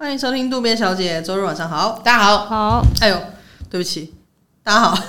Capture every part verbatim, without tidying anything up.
欢迎收听渡边小姐，周日晚上好， 大家好。 好， 哎呦，对不起，大家好。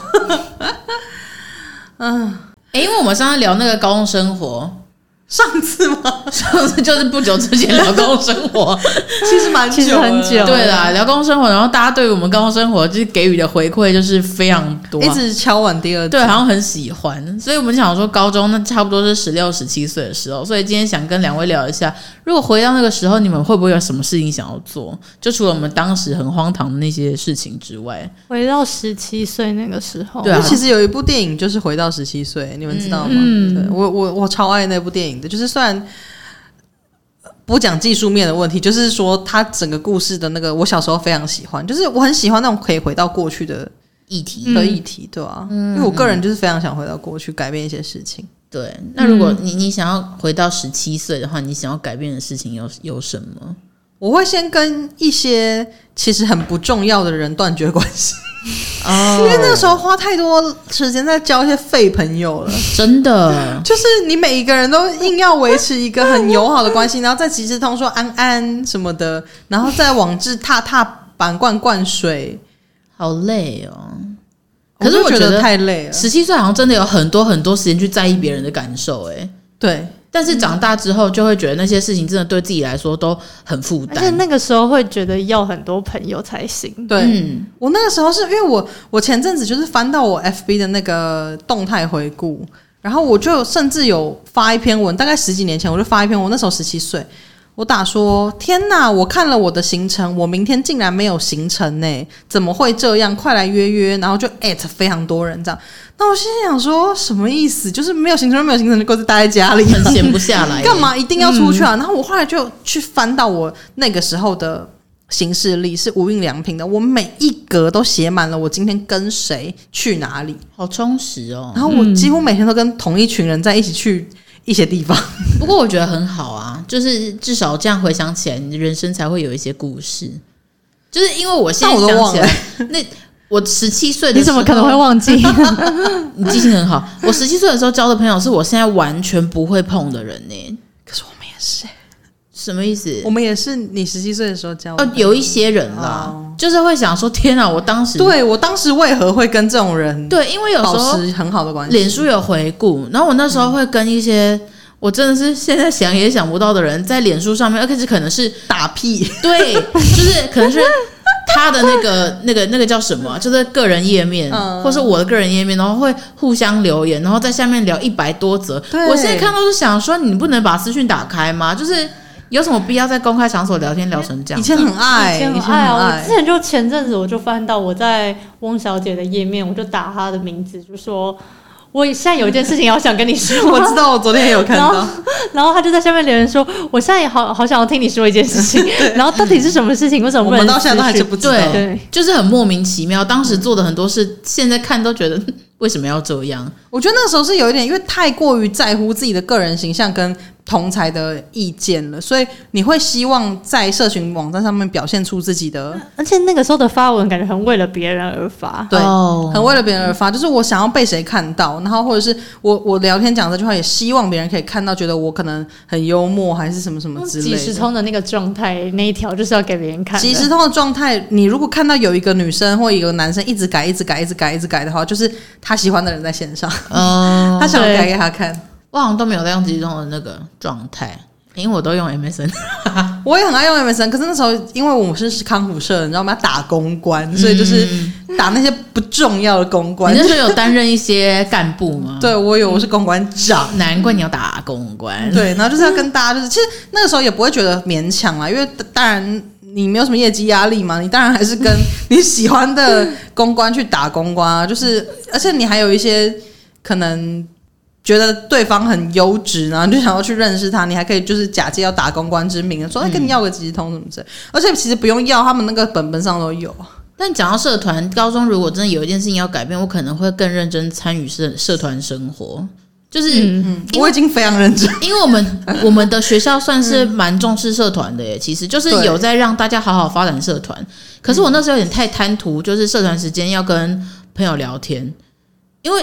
嗯，哎、欸，因为我们上次聊那个高中生活， 上次吗？ 上次就是不久之前聊高中生活， 其实蛮久了， 其实很久。 对啦，聊高中生活，然后大家对于我们高中生活就是给予的回馈就是非常多、啊， 一直敲碗第二集， 对，好像很喜欢。所以我们想说，高中那差不多是十六、十七岁的时候，所以今天想跟两位聊一下，如果回到那个时候，你们会不会有什么事情想要做？就除了我们当时很荒唐的那些事情之外， 回到十七岁那个时候， 对啊， 其实有一部电影就是回到十七岁，你们知道吗？ 嗯， 对我我我超爱那部电影的，就是虽然。不讲技术面的问题，就是说他整个故事的那个，我小时候非常喜欢，就是我很喜欢那种可以回到过去的议题的议题，对啊、嗯，因为我个人就是非常想回到过去，改变一些事情。 对，那如果你你想要回到十七岁的话，你想要改变的事情有有什么？ 我会先跟一些其实很不重要的人断绝关系。哦，因为那个时候花太多时间在交一些废朋友了， 真的， 就是你每一个人都硬要维持一个很友好的关系，然后在即时通说安安什么的，然后在网志踏踏板灌灌水， 好累哦。 可是我觉得太累了。 十七岁好像真的有很多很多时间去在意别人的感受，哎， 对。 但是长大之后就会觉得那些事情真的对自己来说都很负担， 而且那个时候会觉得要很多朋友才行。 对、嗯、我那个时候是因为我我前阵子就是翻到我 F B 的那个动态回顾，然后我就甚至有发一篇文，大概十几年前我就发一篇文，我那时候十七岁，我打说天哪，我看了我的行程，我明天竟然没有行程呢，怎么会这样，快来约约，然后就 at 非常多人这样。那我心想说什么意思，就是没有行程没有行程就各自待在家里很闲不下来干嘛一定要出去啊、嗯、然后我后来就去翻到我那个时候的行事历，是无印良品的，我每一格都写满了我今天跟谁去哪里， 好充实哦。 然后我几乎每天都跟同一群人在一起去一些地方、 嗯、不过我觉得很好啊，就是至少这样回想起来你的人生才会有一些故事，就是因为我现在想起来那我十七岁的时候， 你怎么可能会忘记？ 你记性很好。我十七岁的时候交的朋友是我现在完全不会碰的人呢。 可是我们也是， 什么意思？ 我们也是你十七岁的时候交的。 哦，有一些人啦、哦，就是会想说，天啊，我当时对我当时为何会跟这种人对，因为有时候保持很好的关系。 脸书有回顾，然后我那时候会跟一些。我真的是现在想也想不到的人，在脸书上面，而且可能是打屁， 对，就是可能是他的那个那个那个叫什么、啊，就是个人页面，嗯、或是我的个人页面，然后会互相留言，然后在下面聊一百多则。我现在看到是想说，你不能把私讯打开吗？就是有什么必要在公开场所聊天聊成这样？ 以前很爱， 以前很爱啊！我之前就前阵子我就翻到我在翁小姐的页面，我就打她的名字，就说。我现在有一件事情要想跟你说， 我知道，我昨天也有看到。 然后，然后他就在下面留言说：“我现在也好好想要听你说一件事情。”然后到底是什么事情？为什么不能？ 我们到现在都还是不知道。 对，对就是很莫名其妙。当时做的很多事，现在看都觉得为什么要这样？ 我觉得那个时候是有一点，因为太过于在乎自己的个人形象跟同侪的意见了，所以你会希望在社群网站上面表现出自己的， 而且那个时候的发文感觉很为了别人而发， 对，哦、很为了别人而发，就是我想要被谁看到，然后或者是我我聊天讲这句话，也希望别人可以看到，觉得我可能很幽默还是什么什么之类的。 即时通的那个状态那一条就是要给别人看的。 即时通的状态，你如果看到有一个女生或一个男生一直改、一直改、一直改、一直改的话，就是他喜欢的人在线上，哦、他想改给他看。 我好像都没有在用即时通的那个状态，因为我都用 M S N 我也很爱用 M S N， 可是那时候因为我们是康复社，你知道吗？要打公关，所以就是打那些不重要的公关。 你那时候有担任一些干部吗？ 对，我有，我是公关长。 难怪你要打公关。 对，然后就是要跟大家，就是其实那个时候也不会觉得勉强啦，因为当然你没有什么业绩压力嘛，你当然还是跟你喜欢的公关去打公关啊，就是而且你还有一些可能。觉得对方很优质，然后就想要去认识他，你还可以就是假借要打公关之名，说哎、欸、跟你要个即时通什么之类的，而且其实不用要，他们那个本本上都有。 但讲到社团，高中如果真的有一件事情要改变，我可能会更认真参与社社团生活。就是、嗯嗯，我已经非常认真， 因为我们我们的学校算是蛮重视社团的耶，其实就是有在让大家好好发展社团。可是我那时候有点太贪图，就是社团时间要跟朋友聊天，因为。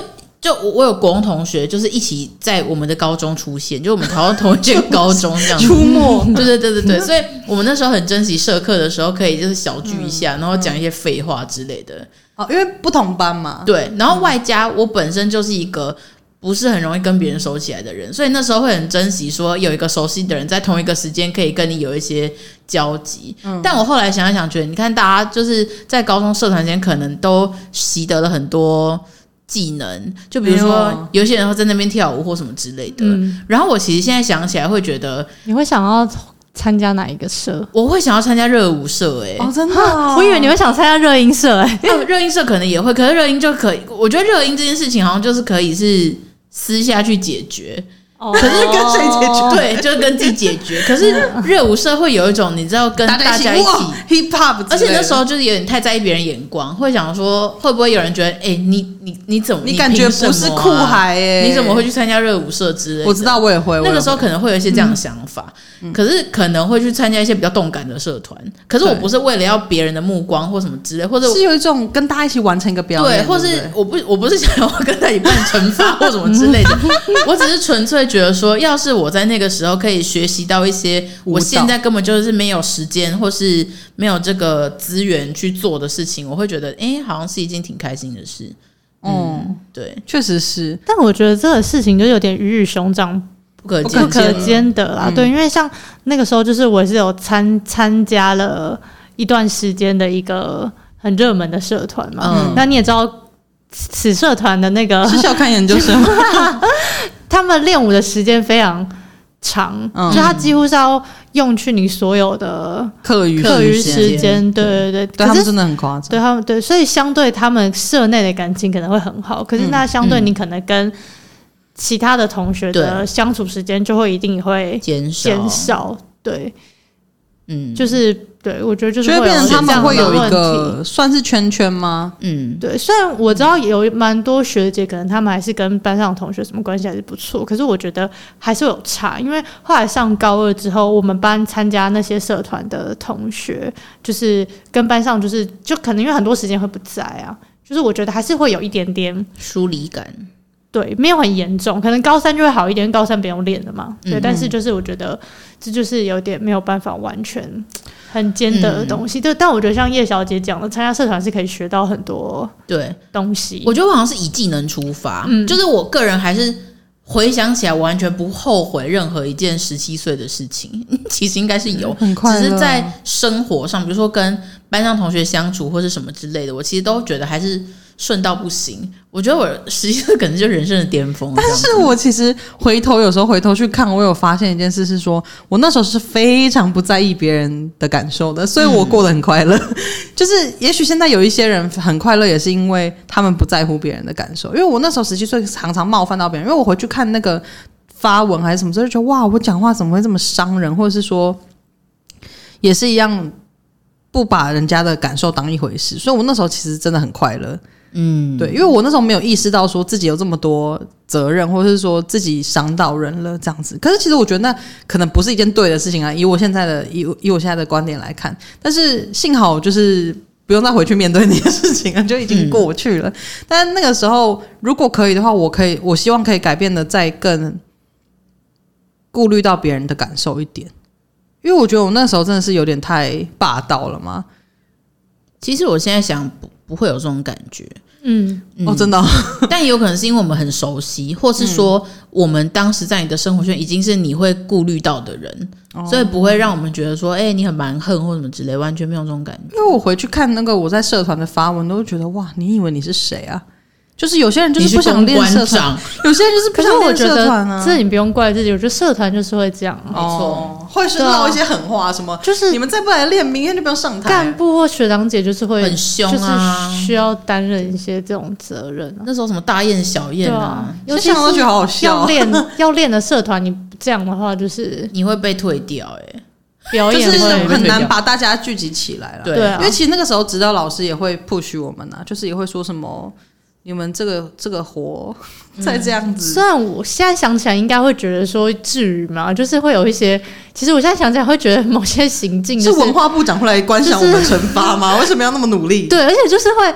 就我我有国中同学，就是一起在我们的高中出现，就我们考到同一间高中这样子出没。 对对对对对，所以我们那时候很珍惜社课的时候，可以就是小聚一下，嗯、然后讲一些废话之类的。 哦，因为不同班嘛。 对，然后外加我本身就是一个不是很容易跟别人熟起来的人，所以那时候会很珍惜说有一个熟悉的人在同一个时间可以跟你有一些交集。嗯、但我后来想一想，觉得你看大家就是在高中社团间可能都习得了很多技能，就比如说有些人会在那边跳舞或什么之类的。嗯、然后我其实现在想起来会觉得， 你会想要参加哪一个社？ 我会想要参加热舞社。欸， 哦，真的、哦？ 我以为你会想参加热音社。欸， 哎，热音社可能也会，可是热音就可以，我觉得热音这件事情好像就是可以是私下去解决。 可是跟谁解决？ 对，就是跟自己解决。可是热舞社会有一种你知道跟大家一起 hip hop， 而且那时候就是有点太在意别人眼光，会想说会不会有人觉得，哎、欸，你你你怎么你感觉不是酷孩哎、 欸？你怎么会去参加热舞社之类的？ 我知道，我也会。 那个时候可能会有一些这样的想法，嗯、可是可能会去参加一些比较动感的社团。可是我不是为了要别人的目光或什么之类，或者是有一种跟大家一起完成一个表演， 对，或是我不我不是想要跟他一起办惩罚或什么之类的，我只是纯粹觉得说，要是我在那个时候可以学习到一些我现在根本就是没有时间或是没有这个资源去做的事情，我会觉得哎、欸，好像是一件挺开心的事。嗯，嗯对， 确实是。 但我觉得这个事情就有点鱼与熊掌不可不可兼得啦。嗯、对，因为像那个时候就是我是有参参加了一段时间的一个很热门的社团嘛。嗯，那你也知道此社团的那个是校刊研究生他们练舞的时间非常长，嗯、就他几乎是要用去你所有的课余课余时间，对对对， 对他们真的很夸张， 对他们对，所以相对他们社内的感情可能会很好，可是那相对你可能跟其他的同学的相处时间就会一定会减少， 减少，对，嗯，就是对我觉得就是会变成他们会有一个算是圈圈吗？ 嗯，对。虽然我知道有蛮多学姐可能他们还是跟班上的同学什么关系还是不错，可是我觉得还是有差。因为后来上高二之后，我们班参加那些社团的同学，就是跟班上就是就可能因为很多时间会不在啊，就是我觉得还是会有一点点疏离感。 对，没有很严重，可能高三就会好一点，高三不用练了嘛。对，嗯、但是就是我觉得这就是有点没有办法完全很兼得的东西。对、嗯，但我觉得像叶小姐讲的，参加社团是可以学到很多对东西。 我觉得我好像是以技能出发，嗯，就是我个人还是回想起来，我完全不后悔任何一件十七岁的事情。其实应该是有， 很快乐， 只是在生活上，比如说跟班上同学相处或是什么之类的，我其实都觉得还是顺到不行。我觉得我实际上可能就是人生的巅峰， 但是我其实回头有时候回头去看，我有发现一件事是说，我那时候是非常不在意别人的感受的，所以我过得很快乐。嗯、就是也许现在有一些人很快乐，也是因为他们不在乎别人的感受。因为我那时候十七岁，常常冒犯到别人，因为我回去看那个发文还是什么，就觉得哇，我讲话怎么会这么伤人，或者是说也是一样不把人家的感受当一回事。所以我那时候其实真的很快乐。嗯，对，因为我那时候没有意识到说自己有这么多责任，或者是说自己伤到人了这样子。可是其实我觉得那可能不是一件对的事情啊，以我现在的以以我现在的观点来看。但是幸好就是不用再回去面对那些事情了，就已经过去了。嗯、但那个时候如果可以的话，我可以，我希望可以改变的再更顾虑到别人的感受一点，因为我觉得我那时候真的是有点太霸道了嘛。 其实我现在想不不会有这种感觉。 嗯， 嗯哦，真的、哦， 但也有可能是因为我们很熟悉，或是说我们当时在你的生活圈已经是你会顾虑到的人，哦、所以不会让我们觉得说，哎、欸，你很蛮横或什么之类，完全没有这种感觉。 因为我回去看那个我在社团的发文，都会觉得哇，你以为你是谁啊？就是有些人就是不想练社团，有些人就是不想练社团啊。 这你不用怪自己，我觉得社团就是会这样，没错、 哦，会是闹一些狠话，什么就是你们再不来练，明天就不用上台。 干部或学长姐就是会很凶啊， 就是需要担任一些这种责任、啊。 那时候什么大雁小雁啊， 有些都觉得好好笑。 要练要练的社团，你这样的话就是你会被退掉、欸，哎， 表演就是很难把大家聚集起来了。 对、啊， 因为其实那个时候指导老师也会 push 我们啊，就是也会说什么。你们这个这个活再这样子、 嗯，虽然我现在想起来应该会觉得说至于吗？就是会有一些，其实我现在想起来会觉得某些行径、就是、 是文化部长会来观想我们惩罚吗？为什么要那么努力？ 对，而且就是会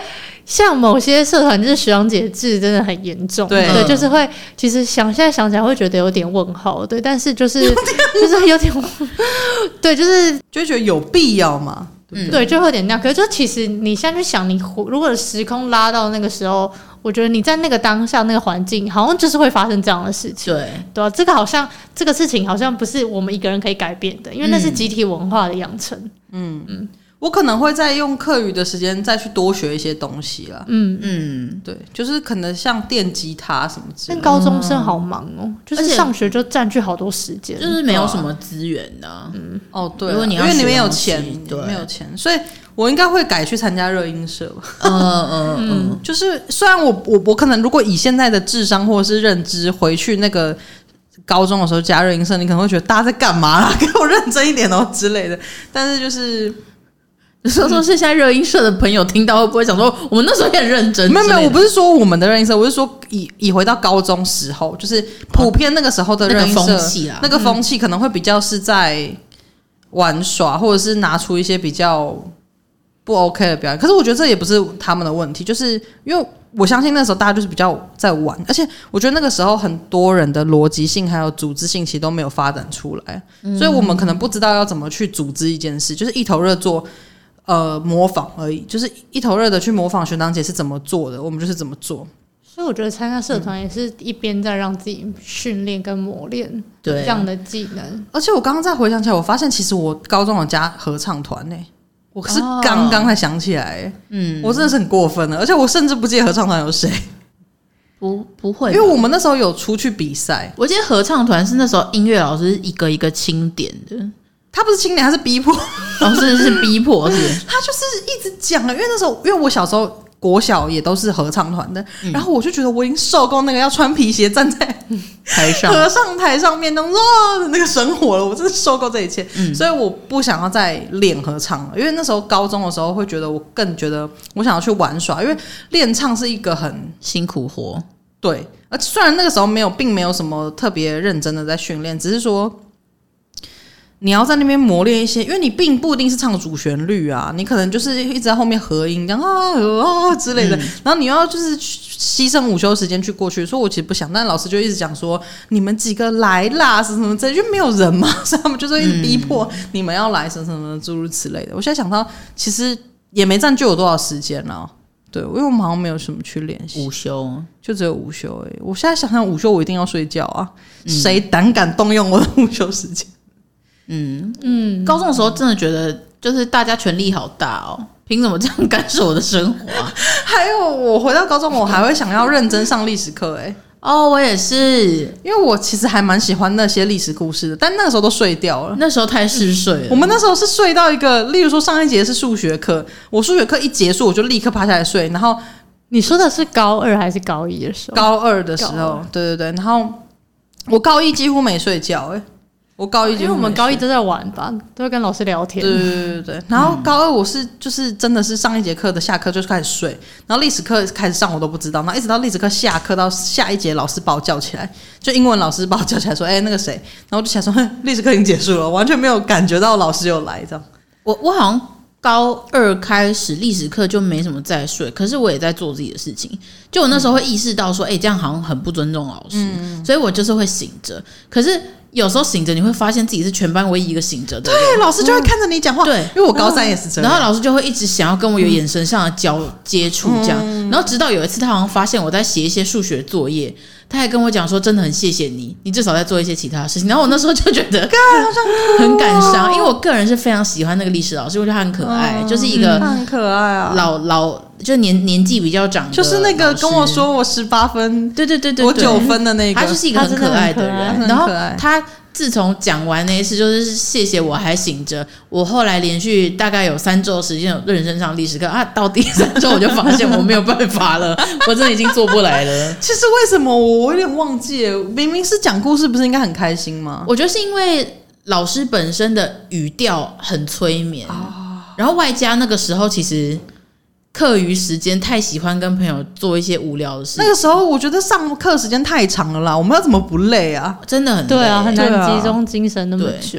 像某些社团就是学长姐制真的很严重， 对对，就是会其实想现在想起来会觉得有点问号，对，但是就是就是有点对，就是就会觉得有必要嘛。 嗯，对，就会有点那样。可是就其实你现在去想，你如果时空拉到那个时候，我觉得你在那个当下那个环境，好像就是会发生这样的事情。 对， 对啊，这个好像这个事情好像不是我们一个人可以改变的，因为那是集体文化的养成。嗯嗯，我可能会再用课余的时间再去多学一些东西啦。 嗯嗯， 对，就是可能像电吉他什么之类的。 但高中生好忙哦，就是上学就占据好多时间， 就是没有什么资源的、啊。嗯， 哦，对， 如果你要因为你没有钱， 对， 没有钱，所以我应该会改去参加热音社吧。 嗯嗯嗯， 就是虽然我我我可能如果以现在的智商或者是认知回去那个高中的时候加热音社，你可能会觉得大家在干嘛啦，给我认真一点哦之类的。但是就是说说是现在热音社的朋友听到会不会想说我们那时候也很认真？ 没有没有，我不是说我们的热音社，我是说以以回到高中时候，就是普遍那个时候的热音社、 哦、那个风气啊， 那个风气可能会比较是在玩耍，或者是拿出一些比较不 OK 的表演。可是我觉得这也不是他们的问题，就是因为我相信那时候大家就是比较在玩，而且我觉得那个时候很多人的逻辑性还有组织性其实都没有发展出来，嗯、所以我们可能不知道要怎么去组织一件事，就是一头热做。呃，模仿而已，就是一头热的去模仿学长姐是怎么做的，我们就是怎么做。 所以我觉得参加社团也是一边在让自己训练跟磨练这样的技能。 而且我刚刚再回想起来，我发现其实我高中有加合唱团呢、欸，我是刚刚才想起来、欸，嗯，我真的是很过分的，而且我甚至不记得合唱团有谁。 不不会， 因为我们那时候有出去比赛， 我记得合唱团是那时候音乐老师一个一个钦点的。 他不是青年，他是逼迫， 老师、哦、是逼迫，是他就是一直讲啊。因为那时候，因为我小时候国小也都是合唱团的、嗯，然后我就觉得我已经受够那个要穿皮鞋站在台上、 合唱台上面那种哇的那个生活了，我真的受够这一切、嗯，所以我不想要再练合唱了。因为那时候高中的时候会觉得我更觉得我想要去玩耍，因为练唱是一个很辛苦活， 对。而虽然那个时候没有，并没有什么特别认真的在训练，只是说。你要在那边磨练一些，因为你并不一定是唱主旋律啊，你可能就是一直在后面合音，这样啊啊之类的、嗯，然后你要就是牺牲午休时间去过去。所以我其实不想，但老师就一直讲说你们几个来啦，什么什么之类，就没有人嘛，所以他们就说一直逼迫你们要来，什么什么诸如此类的。我现在想到，其实也没占据我多少时间了。对，因为我们好像没有什么去练习午休， 就只有午休而已。我现在想想午休，我一定要睡觉啊！谁、嗯、胆敢动用我的午休时间？ 嗯嗯，高中的时候真的觉得就是大家权力好大哦，凭什么这样干涉我的生活啊？ 还有我回到高中，我还会想要认真上历史课，哎， 哦，我也是， 因为我其实还蛮喜欢那些历史故事的，但那个时候都睡掉了， 那时候太嗜睡了、嗯。 我们那时候是睡到一个，例如说上一节是数学课，我数学课一结束我就立刻趴下来睡，然后你说的是高二还是高一的时候？ 高二的时候，对对对，然后我高一几乎没睡觉，哎。我高一因为我们高一都在玩吧，都会跟老师聊天。 对对对对。然后高二我是就是真的是上一节课的下课就开始睡，然后历史课开始上我都不知道，然后一直到历史课下课到下一节老师把我叫起来，就英文老师把我叫起来说：“哎、欸，那个谁？”然后我就想说：“历史课已经结束了，完全没有感觉到老师有来这样。” 我我好像高二开始历史课就没什么在睡，可是我也在做自己的事情。就我那时候会意识到说：“哎、欸，这样好像很不尊重老师。嗯”所以我就是会醒着，可是。有时候醒着你会发现自己是全班唯一一个醒着的人， 对，老师就会看着你讲话、嗯，对，因为我高三也是这样， 然后老师就会一直想要跟我有眼神上的交接触这样、嗯，然后直到有一次他好像发现我在写一些数学作业，他还跟我讲说真的很谢谢你，你至少在做一些其他的事情，然后我那时候就觉得很感伤，因为我个人是非常喜欢那个历史老师，我觉得他很可爱，嗯、就是一个很可爱啊， 老老就年年纪比较长的， 就是那个跟我说我十八分， 对对对对， 我九分的那个， 他就是一个很可爱的人， 然后他。自从讲完那一次，就是谢谢我还醒着。我后来连续大概有三周的时间有认真上历史课啊，到第三周我就发现我没有办法了，我真的已经做不来了。 其实为什么我有点忘记了？明明是讲故事，不是应该很开心吗？ 我觉得是因为老师本身的语调很催眠、哦，然后外加那个时候其实。课余时间太喜欢跟朋友做一些无聊的事情， 那个时候我觉得上课时间太长了啦，我们要怎么不累啊？ 真的很累， 对啊，很难集中精神那么久。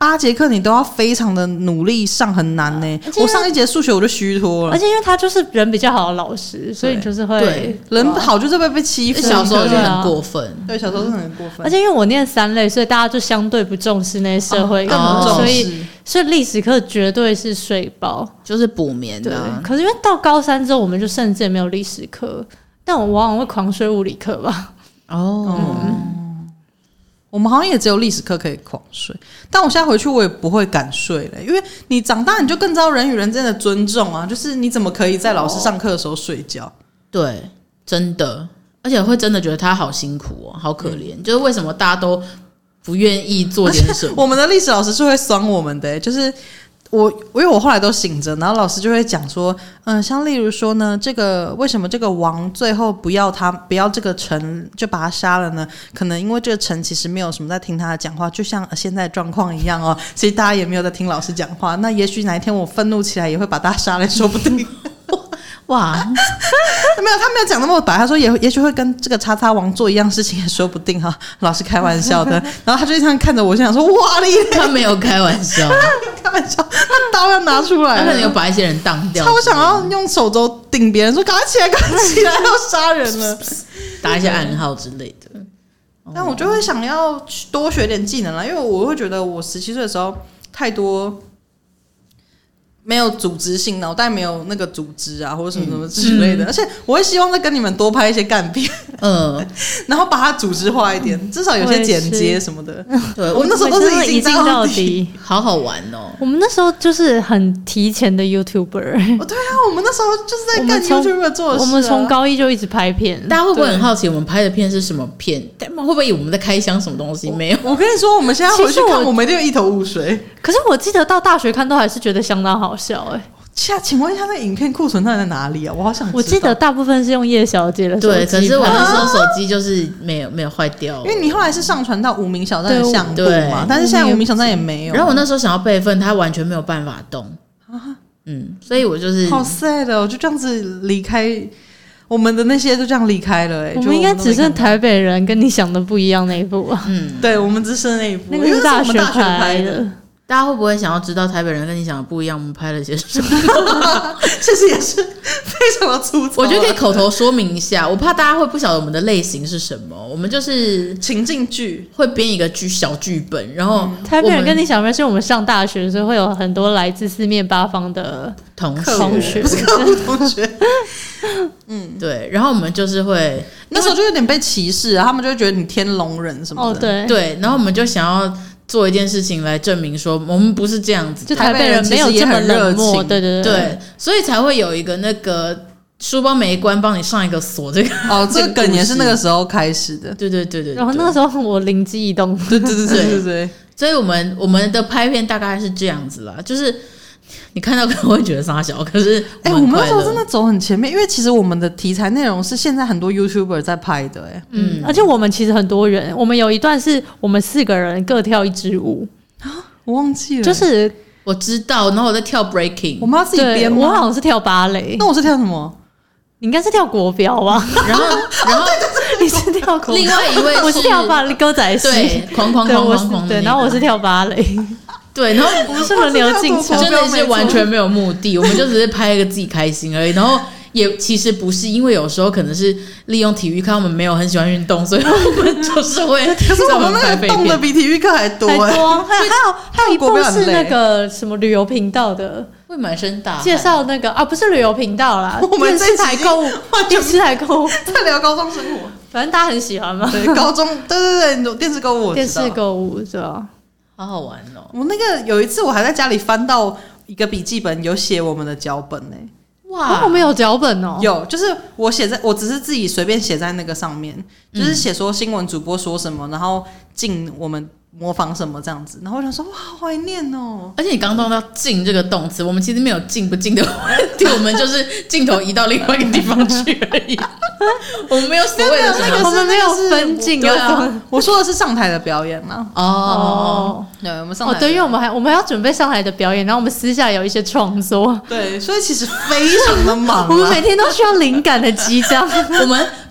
八节课你都要非常的努力上，很难呢、欸。我上一节数学我就虚脱了， 而且因为他就是人比较好的老师，所以你就是会对人好就是会被欺负。 小时候就很过分， 对，小时候是很过分。 而且因为我念三类，所以大家就相对不重视那些社会课、 哦， 所以所以历史课绝对是睡饱， 就是补眠的、啊。 可是因为到高三之后，我们就甚至也没有历史课，但我往往会狂睡物理课吧。 哦。 嗯我们好像也只有历史课可以狂睡，但我现在回去我也不会敢睡了，因为你长大你就更知道人与人之间的尊重啊，就是你怎么可以在老师上课的时候睡觉？ 对，真的，而且会真的觉得他好辛苦哦，好可怜、嗯，就是为什么大家都不愿意做点什么？ 我们的历史老师是会酸我们的、欸，就是。我因为我后来都醒着，然后老师就会讲说，嗯，像例如说呢，这个为什么这个王最后不要他不要这个臣就把他杀了呢？可能因为这个臣其实没有什么在听他的讲话，就像现在状况一样哦。其实大家也没有在听老师讲话，那也许哪一天我愤怒起来也会把他杀了，说不定。 哇， 没有，他没有讲那么白，他说也也许会跟这个叉叉王做一样事情，也说不定哈。老师开玩笑的，然后他就这样看着我，就想说哇哩， 他没有开玩笑， 开玩笑，他刀要拿出来， 他可能有把一些人当掉， 他想要用手肘顶别人，说赶快起来，赶快起来，要杀人了， 打一些暗号之类的。 但我就会想要多学点技能啦，因为我会觉得我十七岁的时候太多。没有组织性，脑袋没有那个组织啊，或者什么什么之类的、嗯，而且我会希望再跟你们多拍一些干片，嗯，然后把它组织化一点，嗯、至少有些剪接什么的。对，我们那时候都是一镜到底， 好好玩哦。 我们那时候就是很提前的 YouTuber。 哦，对啊，我们那时候就是在干 YouTuber 做的事、啊。 我们从高一就一直拍片， 大家会不会很好奇我们拍的片是什么片？他们会不会以为我们在开箱什么东西？没有。 我跟你说，我们现在回去看，我们一定有一头雾水。 可是我记得到大学看都还是觉得相当好笑哎、欸。 请请问一下，那影片库存到底在哪里啊？我好想知道。 我记得大部分是用叶小姐的手机， 对，可是我那时候手机就是没有没有坏掉， 因为你后来是上传到无名小站的相簿嘛，但是现在无名小站也没有。 然后我那时候想要备份，它完全没有办法动啊，嗯，所以我就是好 sad 哦，就这样子离开我们的那些，就这样离开了、欸。 我们应该只剩台北人跟你想的不一样那一部啊， 嗯，对，我们只剩那一部， 那个是大学拍的。 大家会不会想要知道台北人跟你想的不一样？我们拍了些什么？ 其实也是非常的粗糙。 我觉得可以口头说明一下，我怕大家会不晓得我们的类型是什么。我们就是情境剧， 会编一个剧小剧本，然后、嗯、 台北人跟你想的是我们上大学的时候会有很多来自四面八方的同同学， 不是客户同学。 嗯，对，然后我们就是会那时候就有点被歧视啊，他们就会觉得你天龙人什么的。 哦，对对，然后我们就想要做一件事情来证明说我们不是这样子的， 就台北人没有这么冷漠，对对对, 对，所以才会有一个那个书包没关帮你上一个锁这个哦，这个梗也是那个时候开始的， 对对对 对, 对。 然后那个时候我灵机一动， 对对对对对对， 所以我们我们的拍片大概是这样子啦，就是你看到可能会觉得傻小，可是哎、欸，我们那时候真的走很前面，因为其实我们的题材内容是现在很多 YouTuber 在拍的、欸，哎， 嗯，而且我们其实很多人，我们有一段是我们四个人各跳一支舞。 我忘记了， 就是我知道，然后我在跳 breaking， 我们要自己编吗？ 我好像是跳芭蕾， 那我是跳什么？ 你应该是跳国标吧？ 然后，然后你是跳国标， 另外一位我是跳芭蕾歌仔戏， 对，哐哐哐哐哐， 对，然后我是跳芭蕾， 对，然后我们是轮流进场， 真的是完全没有目的，我们就只是拍一个自己开心而已，然后。也其实不是，因为有时候可能是利用体育课，他们没有很喜欢运动，所以我们就是会。 可是我们那个动的比体育课还多、欸， 还多。还有还有还有一部是那个什么旅游频道的， 会满身大汗介绍那个啊，不是旅游频道啦， 我们电视台购物，电视台购物在聊高中生活， 反正大家很喜欢嘛。 对，高中对对对，电视购物， 电视购物是吧？ 好好玩哦！ 我那个有一次我还在家里翻到一个笔记本，有写我们的脚本呢、欸。 哇、哦，我们有脚本哦， 有，就是我写在，我只是自己随便写在那个上面，就是写说新闻主播说什么，然后进我们模仿什么这样子，然后我想说哇，好怀念哦。 而且你刚刚到进这个动词，我们其实没有进不进的问题，我们就是镜头移到另外一个地方去而已。我们没有所谓的什么， 我们没有分镜对啊。我说的是上台的表演嘛。 哦， 对，我们上台哦，对，因为我们还我们还要准备上台的表演，然后我们私下有一些创作。 对，所以其实非常的忙、啊。 我们每天都需要灵感的激荡。 我们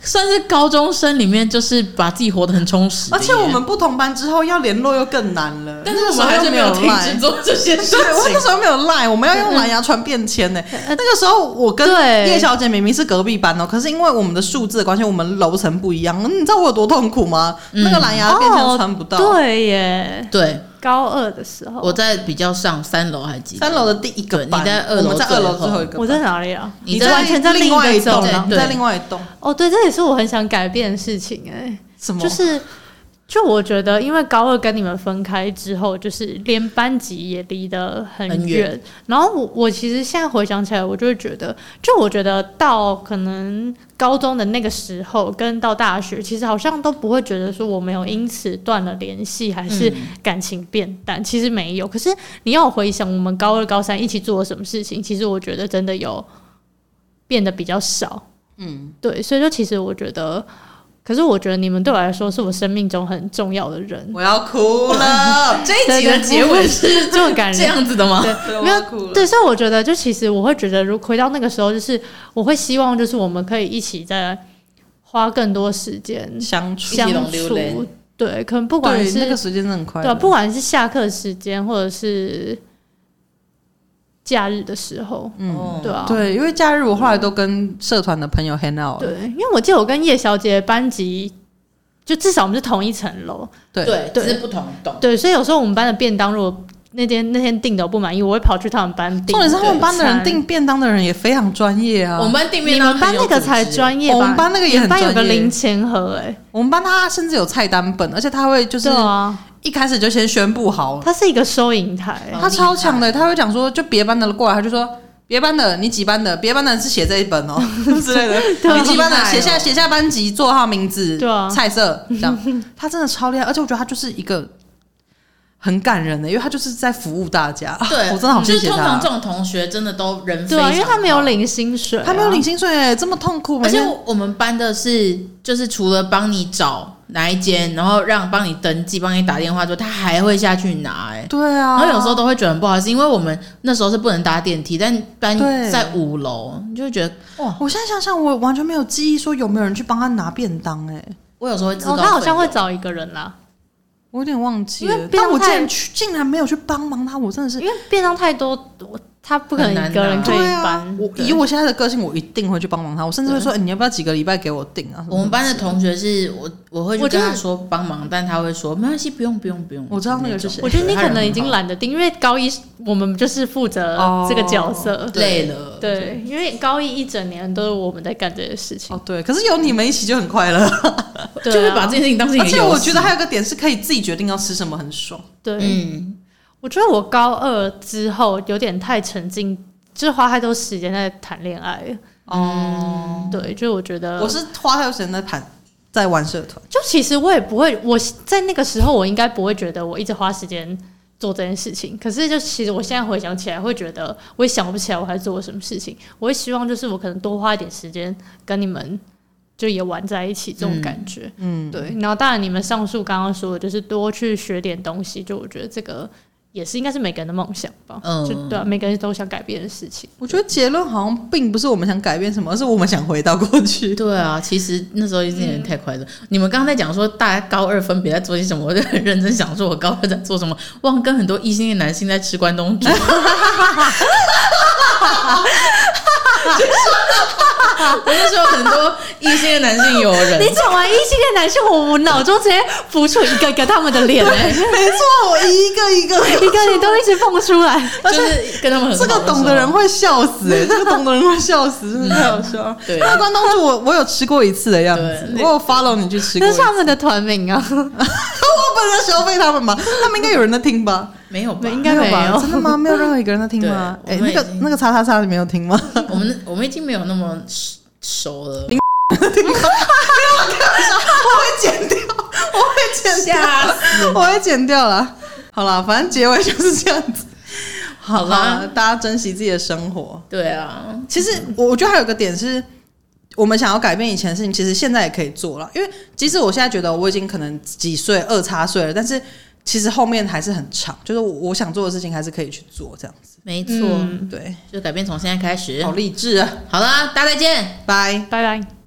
算是高中生里面就是把自己活得很充实的， 而且我们不同班之后要联络又更难了。 但是我们还是没有停止做这些事情。 对，我那时候没有赖，我们要用蓝牙传便签呢。那个时候我跟叶小姐明明是隔壁班哦，可是因为我们的数字的关系，我们楼层不一样。你知道我有多痛苦吗？嗯、那个蓝牙便签传不到。 哦、对耶， 对。 高二的时候， 我在比较上三楼还记得三楼的第一个班， 你在二楼， 我们在二楼最后一个班。 我在哪里啊？ 你在完全在另外一栋， 你在另外一栋。 哦，对，这也是我很想改变的事情哎、欸。 什么？ 就是，就我觉得，因为高二跟你们分开之后，就是连班级也离得很远。然后我我其实现在回想起来，我就会觉得，就我觉得到可能高中的那个时候，跟到大学，其实好像都不会觉得说我没有因此断了联系，还是感情变淡。嗯、其实没有。可是你要回想我们高二、高三一起做了什么事情，其实我觉得真的有变得比较少。嗯，对，所以就其实我觉得。可是我觉得你们对我来说是我生命中很重要的人。 我要哭了。 这一集的结尾是这么感人， 这样子的吗？ 对，没有。对，所以我觉得，就其实我会觉得，如回到那个时候，就是我会希望，就是我们可以一起再花更多时间相处相处。对，可能不管是那个时间真的很快， 对，不管是下课时间或者是假日的时候，嗯，对啊， 对，因为假日我后来都跟社团的朋友 hang out 了。 对，因为我记得我跟叶小姐班级，就至少我们是同一层楼， 对对，只是不同栋。 对，所以有时候我们班的便当，如果那天那天订的我不满意，我会跑去他们班订。 重点是他们班的人订便当的人也非常专业啊。 我们班订便当， 你们班那个才专业吧？ 我们班那个也很专业。 班有个零钱盒哎、欸， 我们班他甚至有菜单本，而且他会就是。一开始就先宣布好， 它是一个收银台， 他超强的，他会讲说，就别班的过来，他就说别班的你几班的，别班的是写这一本哦之类的，你几班的写下写下班级、座号、名字、啊、菜色这样，他真的超厉害，而且我觉得他就是一个很感人的，因为他就是在服务大家。 对， 我真的好谢谢他。 就是通常这种同学真的都人非常好， 对啊，因为他没有领薪水、啊， 他没有领薪水，这么痛苦。 而且我们班的是，就是除了帮你找哪一间，然后让帮你登记、帮你打电话之后，他还会下去拿、欸。哎， 对啊。 然后有时候都会觉得很不好意思，因为我们那时候是不能搭电梯，但班在五楼，你就会觉得哇！ 我现在想想，我完全没有记忆说有没有人去帮他拿便当、欸。哎， 我有时候会知道、 哦，他好像会找一个人啦。 我有点忘记了，但我竟然去竟然没有去帮忙他，我真的是因为便当太多，我他不可能一个人可以搬。啊、 我以我现在的个性，我一定会去帮忙他，我甚至会说、欸：“你要不要几个礼拜给我订啊？” 我们班的同学是我我会去跟他说帮忙，但他会说没关系，不用不用不用。 我知道那个是谁。 我觉得你可能已经懒得订，因为高一我们就是负责这个角色， 哦、累了。 对，因为高一一整年都是我们在干这些事情。 哦，对，可是有你们一起就很快乐。 就会把这件事情当成一个游戏。 而且我觉得还有个点是可以自己决定要吃什么，很爽。 对，嗯，我觉得我高二之后有点太沉浸，就是花太多时间在谈恋爱。哦、嗯，对，就我觉得我是花太多时间在谈，在玩社团。 就其实我也不会，我在那个时候我应该不会觉得我一直花时间做这件事情。可是就其实我现在回想起来，会觉得我也想不起来我还做了什么事情。我会希望就是我可能多花一点时间跟你们。就也玩在一起这种感觉，嗯，对。然后当然你们上述刚刚说的，就是多去学点东西，就我觉得这个也是应该是每个人的梦想吧，嗯，就对啊，每个人都想改变的事情。 我觉得结论好像并不是我们想改变什么，而是我们想回到过去。 对啊，其实那时候一定太快乐。嗯、你们刚刚在讲说大家高二分别在做些什么，我就很认真想说我高二在做什么，忘跟很多异性恋男性在吃关东煮。我就说有很多异性的男性友人。 你讲完异性的男性，我我脑中直接浮出一个一个他们的脸、欸。 没错，我一个一个一个你都一直蹦出来， 就是跟他们很好。 这个懂的人会笑死哎、欸，这个懂的人会笑死，真的太好笑了。对，那关东煮我我有吃过一次的样子，我有 follow 你去吃过一次。 那是他们的团名啊，我本来消费他们吧，他们应该有人在听吧？ 没有吧？ 应该没有吧？ 真的吗？没有任何一个人在听吗？哎、欸，那个那个叉叉叉你没有听吗？ 我们我们已经没有那么熟了。 听吗？没有开玩笑，我会剪掉，我会剪掉，我会剪掉啦。好啦，反正结尾就是这样子。好啦，大家珍惜自己的生活。 对啊， 其实我我觉得还有个点是。我们想要改变以前的事情，其实现在也可以做了。因为即使我现在觉得我已经可能几岁二叉岁了，但是其实后面还是很长，就是我想做的事情还是可以去做，这样子。 没错， 嗯、对， 就改变从现在开始。 好励志啊！ 好啦，大家再见， 拜拜拜。